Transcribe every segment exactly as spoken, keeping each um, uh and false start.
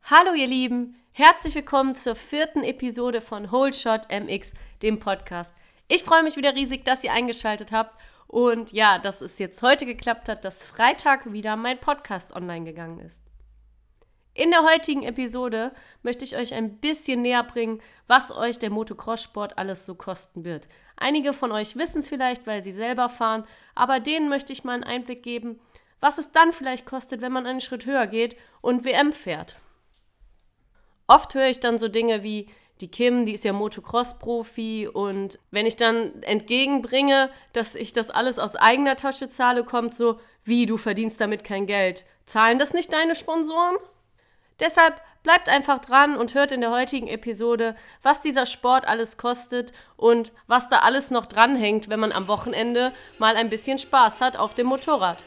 Hallo ihr Lieben, herzlich willkommen zur vierten Episode von Whole Shot M X, dem Podcast. Ich freue mich wieder riesig, dass ihr eingeschaltet habt und ja, dass es jetzt heute geklappt hat, dass Freitag wieder mein Podcast online gegangen ist. In der heutigen Episode möchte ich euch ein bisschen näher bringen, was euch der Motocross-Sport alles so kosten wird. Einige von euch wissen es vielleicht, weil sie selber fahren, aber denen möchte ich mal einen Einblick geben, was es dann vielleicht kostet, wenn man einen Schritt höher geht und W M fährt. Oft höre ich dann so Dinge wie, die Kim, die ist ja Motocross-Profi und wenn ich dann entgegenbringe, dass ich das alles aus eigener Tasche zahle, kommt so, wie, du verdienst damit kein Geld. Zahlen das nicht deine Sponsoren? Deshalb bleibt einfach dran und hört in der heutigen Episode, was dieser Sport alles kostet und was da alles noch dranhängt, wenn man am Wochenende mal ein bisschen Spaß hat auf dem Motorrad.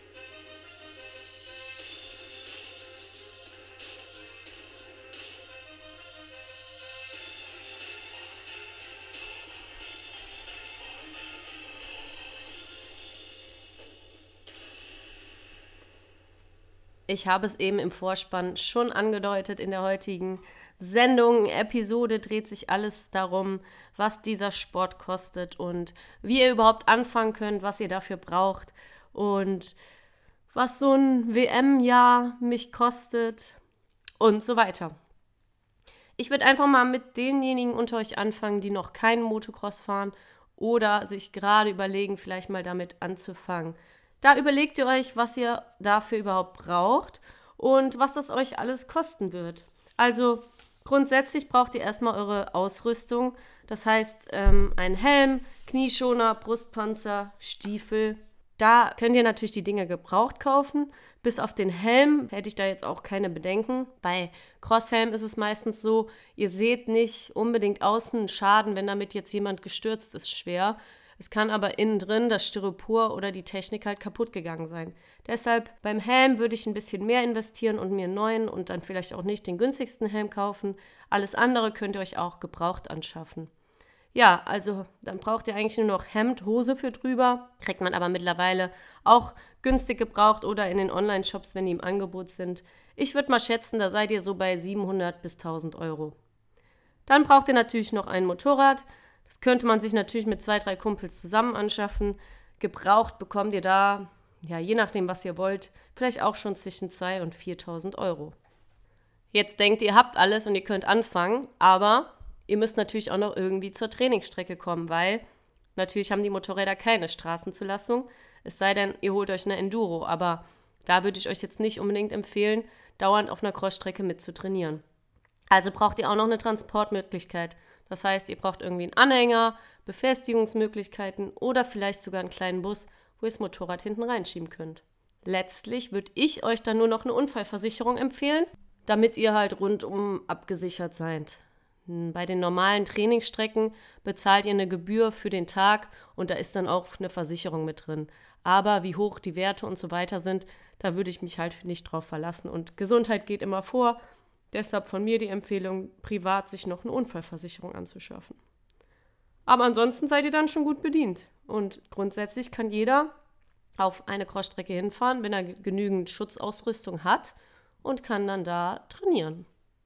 Ich habe es eben im Vorspann schon angedeutet, in der heutigen Sendung, Episode dreht sich alles darum, was dieser Sport kostet und wie ihr überhaupt anfangen könnt, was ihr dafür braucht und was so ein W M-Jahr mich kostet und so weiter. Ich würde einfach mal mit denjenigen unter euch anfangen, die noch keinen Motocross fahren oder sich gerade überlegen, vielleicht mal damit anzufangen. Da überlegt ihr euch, was ihr dafür überhaupt braucht und was das euch alles kosten wird. Also grundsätzlich braucht ihr erstmal eure Ausrüstung. Das heißt, ähm, ein Helm, Knieschoner, Brustpanzer, Stiefel. Da könnt ihr natürlich die Dinge gebraucht kaufen. Bis auf den Helm hätte ich da jetzt auch keine Bedenken. Bei Crosshelm ist es meistens so, ihr seht nicht unbedingt außen einen Schaden, wenn damit jetzt jemand gestürzt ist, schwer. Es kann aber innen drin das Styropor oder die Technik halt kaputt gegangen sein. Deshalb beim Helm würde ich ein bisschen mehr investieren und mir einen neuen und dann vielleicht auch nicht den günstigsten Helm kaufen. Alles andere könnt ihr euch auch gebraucht anschaffen. Ja, also dann braucht ihr eigentlich nur noch Hemd, Hose für drüber. Kriegt man aber mittlerweile auch günstig gebraucht oder in den Online-Shops, wenn die im Angebot sind. Ich würde mal schätzen, da seid ihr so bei siebenhundert bis tausend Euro. Dann braucht ihr natürlich noch ein Motorrad. Das könnte man sich natürlich mit zwei, drei Kumpels zusammen anschaffen. Gebraucht bekommt ihr da, ja, je nachdem, was ihr wollt, vielleicht auch schon zwischen zweitausend und viertausend Euro. Jetzt denkt ihr, ihr habt alles und ihr könnt anfangen, aber ihr müsst natürlich auch noch irgendwie zur Trainingsstrecke kommen, weil natürlich haben die Motorräder keine Straßenzulassung, es sei denn, ihr holt euch eine Enduro, aber da würde ich euch jetzt nicht unbedingt empfehlen, dauernd auf einer Crossstrecke mit zu trainieren. Also braucht ihr auch noch eine Transportmöglichkeit. Das heißt, ihr braucht irgendwie einen Anhänger, Befestigungsmöglichkeiten oder vielleicht sogar einen kleinen Bus, wo ihr das Motorrad hinten reinschieben könnt. Letztlich würde ich euch dann nur noch eine Unfallversicherung empfehlen, damit ihr halt rundum abgesichert seid. Bei den normalen Trainingsstrecken bezahlt ihr eine Gebühr für den Tag und da ist dann auch eine Versicherung mit drin. Aber wie hoch die Werte und so weiter sind, da würde ich mich halt nicht drauf verlassen. Und Gesundheit geht immer vor. Deshalb von mir die Empfehlung, privat sich noch eine Unfallversicherung anzuschaffen. Aber ansonsten seid ihr dann schon gut bedient. Und grundsätzlich kann jeder auf eine Crossstrecke hinfahren, wenn er genügend Schutzausrüstung hat und kann dann da trainieren.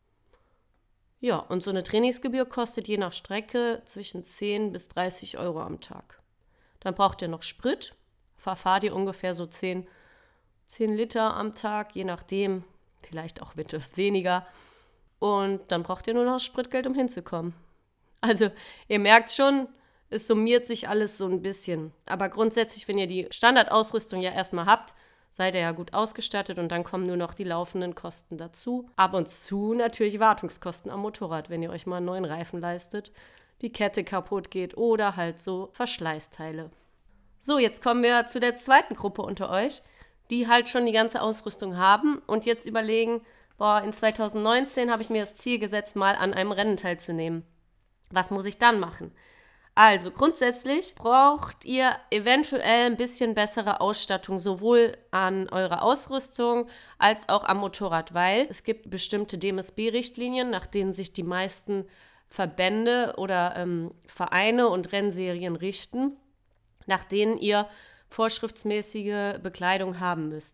Ja, und so eine Trainingsgebühr kostet je nach Strecke zwischen zehn bis dreißig Euro am Tag. Dann braucht ihr noch Sprit. Verfahrt ihr ungefähr so zehn, zehn Liter am Tag, je nachdem. Vielleicht auch etwas weniger. Und dann braucht ihr nur noch Spritgeld, um hinzukommen. Also, ihr merkt schon, es summiert sich alles so ein bisschen. Aber grundsätzlich, wenn ihr die Standardausrüstung ja erstmal habt, seid ihr ja gut ausgestattet und dann kommen nur noch die laufenden Kosten dazu. Ab und zu natürlich Wartungskosten am Motorrad, wenn ihr euch mal einen neuen Reifen leistet, die Kette kaputt geht oder halt so Verschleißteile. So, jetzt kommen wir zu der zweiten Gruppe unter euch, die halt schon die ganze Ausrüstung haben und jetzt überlegen, boah, in zwanzig neunzehn habe ich mir das Ziel gesetzt, mal an einem Rennen teilzunehmen. Was muss ich dann machen? Also grundsätzlich braucht ihr eventuell ein bisschen bessere Ausstattung, sowohl an eurer Ausrüstung als auch am Motorrad, weil es gibt bestimmte D M S B-Richtlinien, nach denen sich die meisten Verbände oder ähm, Vereine und Rennserien richten, nach denen ihr vorschriftsmäßige Bekleidung haben müsst.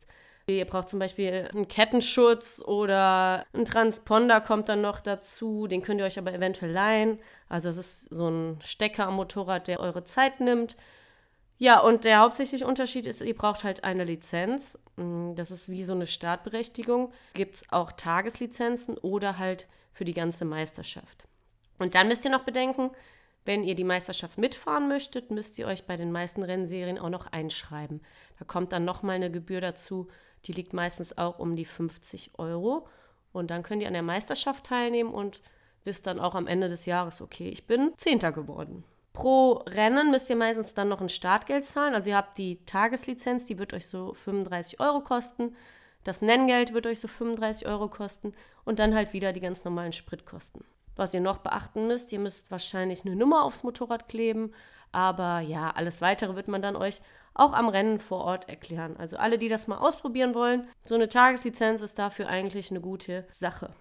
Ihr braucht zum Beispiel einen Kettenschutz oder ein Transponder kommt dann noch dazu. Den könnt ihr euch aber eventuell leihen. Also es ist so ein Stecker am Motorrad, der eure Zeit nimmt. Ja, und der hauptsächliche Unterschied ist, ihr braucht halt eine Lizenz. Das ist wie so eine Startberechtigung. Gibt es auch Tageslizenzen oder halt für die ganze Meisterschaft. Und dann müsst ihr noch bedenken, wenn ihr die Meisterschaft mitfahren möchtet, müsst ihr euch bei den meisten Rennserien auch noch einschreiben. Da kommt dann nochmal eine Gebühr dazu, die liegt meistens auch um die fünfzig Euro. Und dann könnt ihr an der Meisterschaft teilnehmen und wisst dann auch am Ende des Jahres, okay, ich bin Zehnter geworden. Pro Rennen müsst ihr meistens dann noch ein Startgeld zahlen. Also ihr habt die Tageslizenz, die wird euch so fünfunddreißig Euro kosten. Das Nenngeld wird euch so fünfunddreißig Euro kosten. Und dann halt wieder die ganz normalen Spritkosten. Was ihr noch beachten müsst, ihr müsst wahrscheinlich eine Nummer aufs Motorrad kleben. Aber ja, alles Weitere wird man dann euch auch am Rennen vor Ort erklären. Also alle, die das mal ausprobieren wollen, so eine Tageslizenz ist dafür eigentlich eine gute Sache.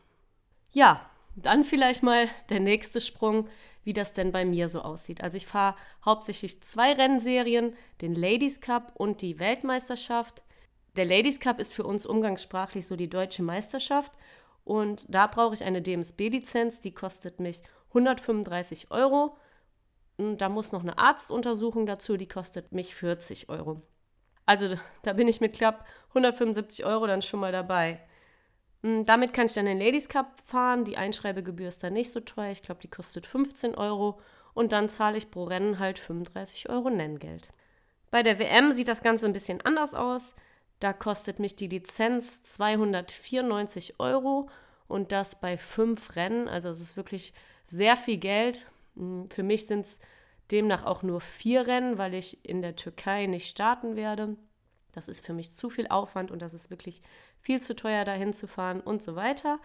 Ja, dann vielleicht mal der nächste Sprung, wie das denn bei mir so aussieht. Also ich fahre hauptsächlich zwei Rennserien, den Ladies Cup und die Weltmeisterschaft. Der Ladies Cup ist für uns umgangssprachlich so die deutsche Meisterschaft und da brauche ich eine D M S B-Lizenz, die kostet mich hundertfünfunddreißig Euro. Und da muss noch eine Arztuntersuchung dazu, die kostet mich vierzig Euro. Also da bin ich mit knapp hundertfünfundsiebzig Euro dann schon mal dabei. Damit kann ich dann den Ladies Cup fahren. Die Einschreibegebühr ist dann nicht so teuer. Ich glaube, die kostet fünfzehn Euro. Und dann zahle ich pro Rennen halt fünfunddreißig Euro Nenngeld. Bei der W M sieht das Ganze ein bisschen anders aus. Da kostet mich die Lizenz zweihundertvierundneunzig Euro. Und das bei fünf Rennen. Also es ist wirklich sehr viel Geld. Für mich sind es demnach auch nur vier Rennen, weil ich in der Türkei nicht starten werde. Das ist für mich zu viel Aufwand und das ist wirklich viel zu teuer, dahin zu fahren und so weiter.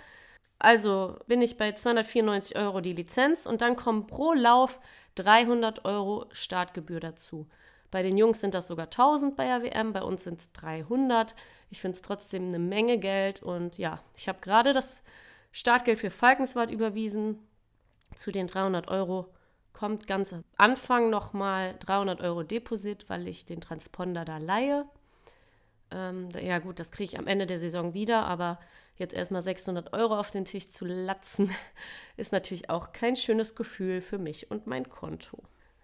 Also bin ich bei zweihundertvierundneunzig Euro die Lizenz und dann kommen pro Lauf dreihundert Euro Startgebühr dazu. Bei den Jungs sind das sogar tausend bei der W M, bei uns sind es dreihundert. Ich finde es trotzdem eine Menge Geld und ja, ich habe gerade das Startgeld für Falkenswart überwiesen. Zu den dreihundert Euro kommt ganz am Anfang nochmal dreihundert Euro Deposit, weil ich den Transponder da leihe. Ähm, ja gut, das kriege ich am Ende der Saison wieder, aber jetzt erstmal sechshundert Euro auf den Tisch zu latzen, ist natürlich auch kein schönes Gefühl für mich und mein Konto.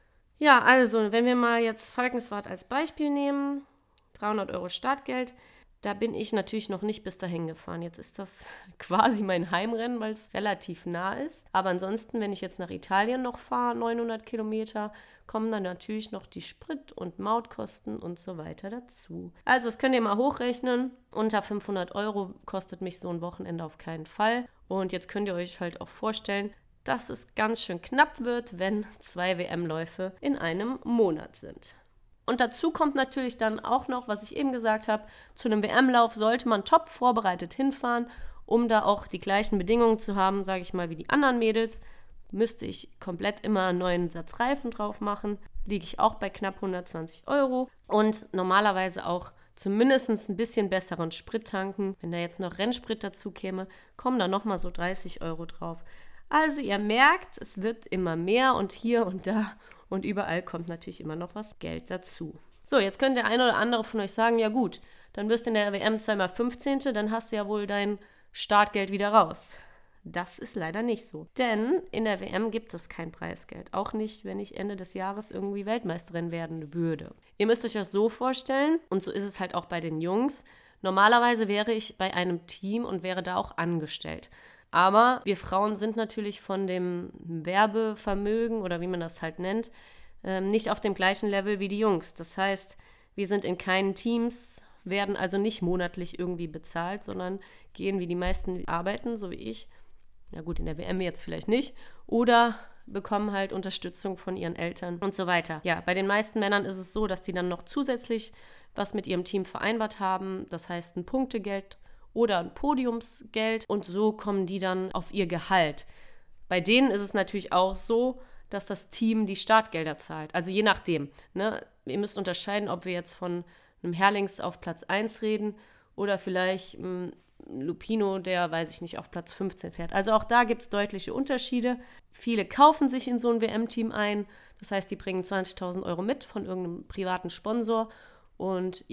Ja, also, wenn wir mal jetzt Falkenswart als Beispiel nehmen, dreihundert Euro Startgeld, da bin ich natürlich noch nicht bis dahin gefahren. Jetzt ist das quasi mein Heimrennen, weil es relativ nah ist. Aber ansonsten, wenn ich jetzt nach Italien noch fahre, neunhundert Kilometer, kommen dann natürlich noch die Sprit- und Mautkosten und so weiter dazu. Also das könnt ihr mal hochrechnen. Unter fünfhundert Euro kostet mich so ein Wochenende auf keinen Fall. Und jetzt könnt ihr euch halt auch vorstellen, dass es ganz schön knapp wird, wenn zwei W M-Läufe in einem Monat sind. Und dazu kommt natürlich dann auch noch, was ich eben gesagt habe, zu einem W M-Lauf sollte man top vorbereitet hinfahren, um da auch die gleichen Bedingungen zu haben, sage ich mal, wie die anderen Mädels. Müsste ich komplett immer einen neuen Satz Reifen drauf machen, liege ich auch bei knapp hundertzwanzig Euro. Und normalerweise auch zumindest ein bisschen besseren Sprit tanken. Wenn da jetzt noch Rennsprit dazu käme, kommen da nochmal so dreißig Euro drauf. Also ihr merkt, es wird immer mehr und hier und da und überall kommt natürlich immer noch was Geld dazu. So, jetzt könnte der eine oder andere von euch sagen, ja gut, dann wirst du in der W M zweimal fünfzehnte, dann hast du ja wohl dein Startgeld wieder raus. Das ist leider nicht so. Denn in der W M gibt es kein Preisgeld. Auch nicht, wenn ich Ende des Jahres irgendwie Weltmeisterin werden würde. Ihr müsst euch das so vorstellen, und so ist es halt auch bei den Jungs. Normalerweise wäre ich bei einem Team und wäre da auch angestellt. Aber wir Frauen sind natürlich von dem Werbevermögen oder wie man das halt nennt, nicht auf dem gleichen Level wie die Jungs. Das heißt, wir sind in keinen Teams, werden also nicht monatlich irgendwie bezahlt, sondern gehen wie die meisten arbeiten, so wie ich. Na gut, in der W M jetzt vielleicht nicht. Oder bekommen halt Unterstützung von ihren Eltern und so weiter. Ja, bei den meisten Männern ist es so, dass die dann noch zusätzlich was mit ihrem Team vereinbart haben. Das heißt ein Punktegeld oder ein Podiumsgeld und so kommen die dann auf ihr Gehalt. Bei denen ist es natürlich auch so, dass das Team die Startgelder zahlt. Also je nachdem. Ne? Ihr müsst unterscheiden, ob wir jetzt von einem Herlings auf Platz eins reden oder vielleicht ein Lupino, der, weiß ich nicht, auf Platz fünfzehn fährt. Also auch da gibt es deutliche Unterschiede. Viele kaufen sich in so ein W M-Team ein. Das heißt, die bringen zwanzigtausend Euro mit von irgendeinem privaten Sponsor und ja,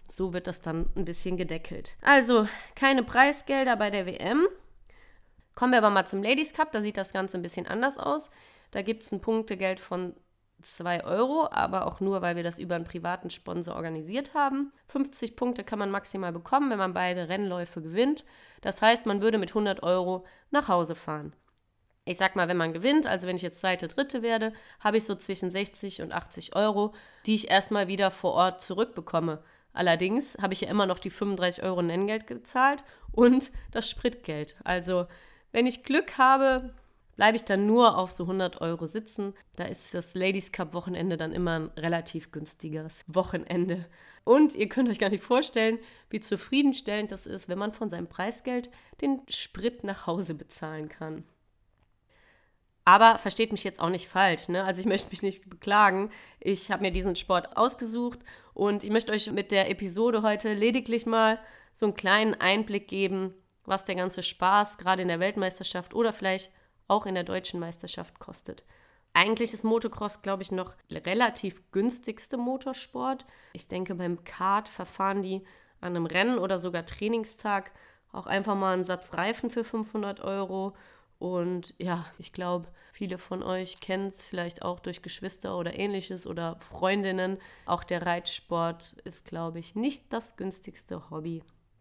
so wird das dann ein bisschen gedeckelt. Also keine Preisgelder bei der W M. Kommen wir aber mal zum Ladies Cup, da sieht das Ganze ein bisschen anders aus. Da gibt es ein Punktegeld von zwei Euro, aber auch nur, weil wir das über einen privaten Sponsor organisiert haben. fünfzig Punkte kann man maximal bekommen, wenn man beide Rennläufe gewinnt. Das heißt, man würde mit hundert Euro nach Hause fahren. Ich sag mal, wenn man gewinnt, also wenn ich jetzt zweite, dritte werde, habe ich so zwischen sechzig und achtzig Euro, die ich erstmal wieder vor Ort zurückbekomme. Allerdings habe ich ja immer noch die fünfunddreißig Euro Nenngeld gezahlt und das Spritgeld. Also wenn ich Glück habe, bleibe ich dann nur auf so hundert Euro sitzen. Da ist das Ladies Cup Wochenende dann immer ein relativ günstigeres Wochenende. Und ihr könnt euch gar nicht vorstellen, wie zufriedenstellend das ist, wenn man von seinem Preisgeld den Sprit nach Hause bezahlen kann. Aber versteht mich jetzt auch nicht falsch, ne? Also ich möchte mich nicht beklagen. Ich habe mir diesen Sport ausgesucht und ich möchte euch mit der Episode heute lediglich mal so einen kleinen Einblick geben, was der ganze Spaß gerade in der Weltmeisterschaft oder vielleicht auch in der deutschen Meisterschaft kostet. Eigentlich ist Motocross, glaube ich, noch relativ günstigste Motorsport. Ich denke, beim Kart verfahren die an einem Rennen oder sogar Trainingstag auch einfach mal einen Satz Reifen für fünfhundert Euro. Und ja, ich glaube, viele von euch kennen es vielleicht auch durch Geschwister oder Ähnliches oder Freundinnen. Auch der Reitsport ist, glaube ich, nicht das günstigste Hobby.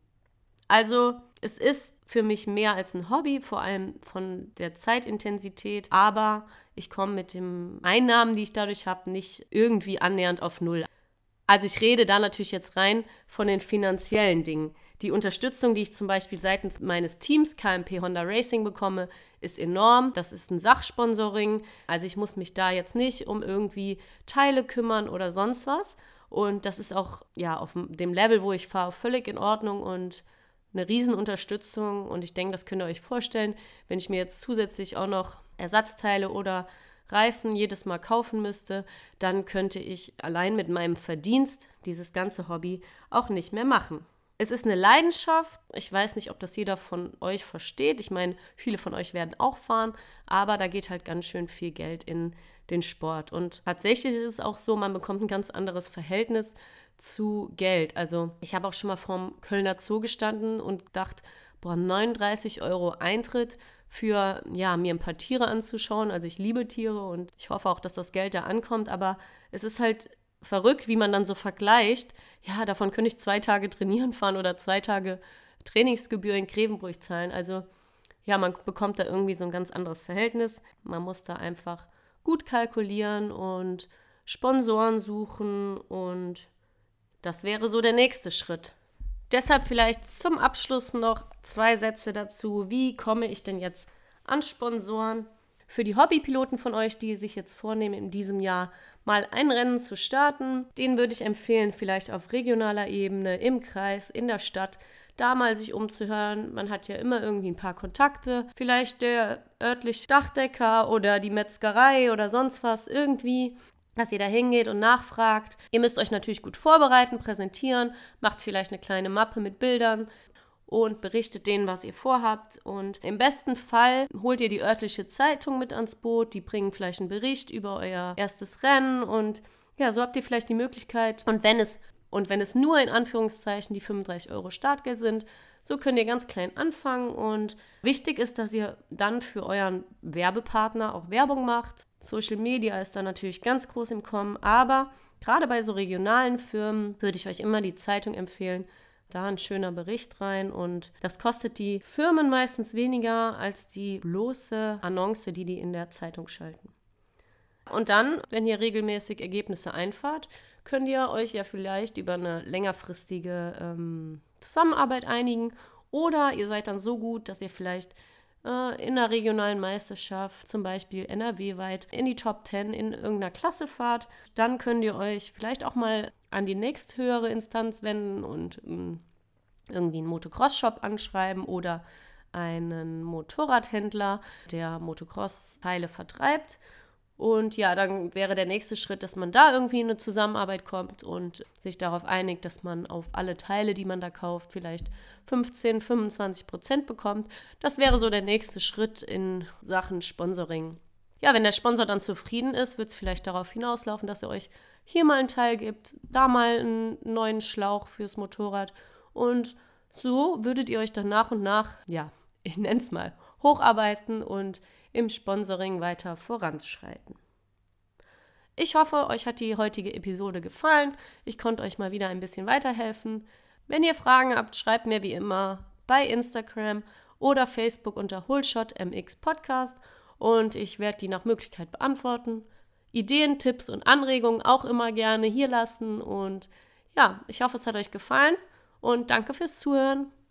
Also es ist für mich mehr als ein Hobby, vor allem von der Zeitintensität, aber ich komme mit den Einnahmen, die ich dadurch habe, nicht irgendwie annähernd auf Null. Also ich rede da natürlich jetzt rein von den finanziellen Dingen. Die Unterstützung, die ich zum Beispiel seitens meines Teams K M P Honda Racing bekomme, ist enorm. Das ist ein Sachsponsoring, also ich muss mich da jetzt nicht um irgendwie Teile kümmern oder sonst was. Und das ist auch ja auf dem Level, wo ich fahre, völlig in Ordnung und eine Riesenunterstützung. Und ich denke, das könnt ihr euch vorstellen, wenn ich mir jetzt zusätzlich auch noch Ersatzteile oder Reifen jedes Mal kaufen müsste, dann könnte ich allein mit meinem Verdienst dieses ganze Hobby auch nicht mehr machen. Es ist eine Leidenschaft. Ich weiß nicht, ob das jeder von euch versteht. Ich meine, viele von euch werden auch fahren, aber da geht halt ganz schön viel Geld in den Sport. Und tatsächlich ist es auch so, man bekommt ein ganz anderes Verhältnis zu Geld. Also ich habe auch schon mal vorm Kölner Zoo gestanden und gedacht, boah, neununddreißig Euro Eintritt für, ja, mir ein paar Tiere anzuschauen. Also ich liebe Tiere und ich hoffe auch, dass das Geld da ankommt, aber es ist halt verrückt, wie man dann so vergleicht. Ja, davon könnte ich zwei Tage trainieren fahren oder zwei Tage Trainingsgebühr in Grevenbruch zahlen. Also ja, man bekommt da irgendwie so ein ganz anderes Verhältnis. Man muss da einfach gut kalkulieren und Sponsoren suchen und das wäre so der nächste Schritt. Deshalb vielleicht zum Abschluss noch zwei Sätze dazu. Wie komme ich denn jetzt an Sponsoren? Für die Hobbypiloten von euch, die sich jetzt vornehmen, in diesem Jahr mal ein Rennen zu starten, denen würde ich empfehlen, vielleicht auf regionaler Ebene, im Kreis, in der Stadt, da mal sich umzuhören. Man hat ja immer irgendwie ein paar Kontakte. Vielleicht der örtliche Dachdecker oder die Metzgerei oder sonst was irgendwie, dass ihr da hingeht und nachfragt. Ihr müsst euch natürlich gut vorbereiten, präsentieren, macht vielleicht eine kleine Mappe mit Bildern und berichtet denen, was ihr vorhabt. Und im besten Fall holt ihr die örtliche Zeitung mit ans Boot. Die bringen vielleicht einen Bericht über euer erstes Rennen und ja, so habt ihr vielleicht die Möglichkeit. Und wenn es, und wenn es nur in Anführungszeichen die fünfunddreißig Euro Startgeld sind, so könnt ihr ganz klein anfangen. Und wichtig ist, dass ihr dann für euren Werbepartner auch Werbung macht. Social Media ist da natürlich ganz groß im Kommen, aber gerade bei so regionalen Firmen würde ich euch immer die Zeitung empfehlen. Da ein schöner Bericht rein und das kostet die Firmen meistens weniger als die bloße Annonce, die die in der Zeitung schalten. Und dann, wenn ihr regelmäßig Ergebnisse einfahrt, könnt ihr euch ja vielleicht über eine längerfristige ähm, Zusammenarbeit einigen oder ihr seid dann so gut, dass ihr vielleicht äh, in einer regionalen Meisterschaft, zum Beispiel N R W-weit, in die Top zehn in irgendeiner Klasse fahrt. Dann könnt ihr euch vielleicht auch mal an die nächsthöhere Instanz wenden und mh, irgendwie einen Motocross-Shop anschreiben oder einen Motorradhändler, der Motocross-Teile vertreibt. Und ja, dann wäre der nächste Schritt, dass man da irgendwie in eine Zusammenarbeit kommt und sich darauf einigt, dass man auf alle Teile, die man da kauft, vielleicht fünfzehn, fünfundzwanzig Prozent bekommt. Das wäre so der nächste Schritt in Sachen Sponsoring. ja, wenn der Sponsor dann zufrieden ist, wird es vielleicht darauf hinauslaufen, dass er euch hier mal einen Teil gibt, da mal einen neuen Schlauch fürs Motorrad. Und so würdet ihr euch dann nach und nach, ja, ich nenne es mal, hocharbeiten und im Sponsoring weiter voranschreiten. Ich hoffe, euch hat die heutige Episode gefallen. Ich konnte euch mal wieder ein bisschen weiterhelfen. Wenn ihr Fragen habt, schreibt mir wie immer bei Instagram oder Facebook unter HoleShotMX Podcast und ich werde die nach Möglichkeit beantworten. Ideen, Tipps und Anregungen auch immer gerne hier lassen und ja, ich hoffe, es hat euch gefallen und danke fürs Zuhören.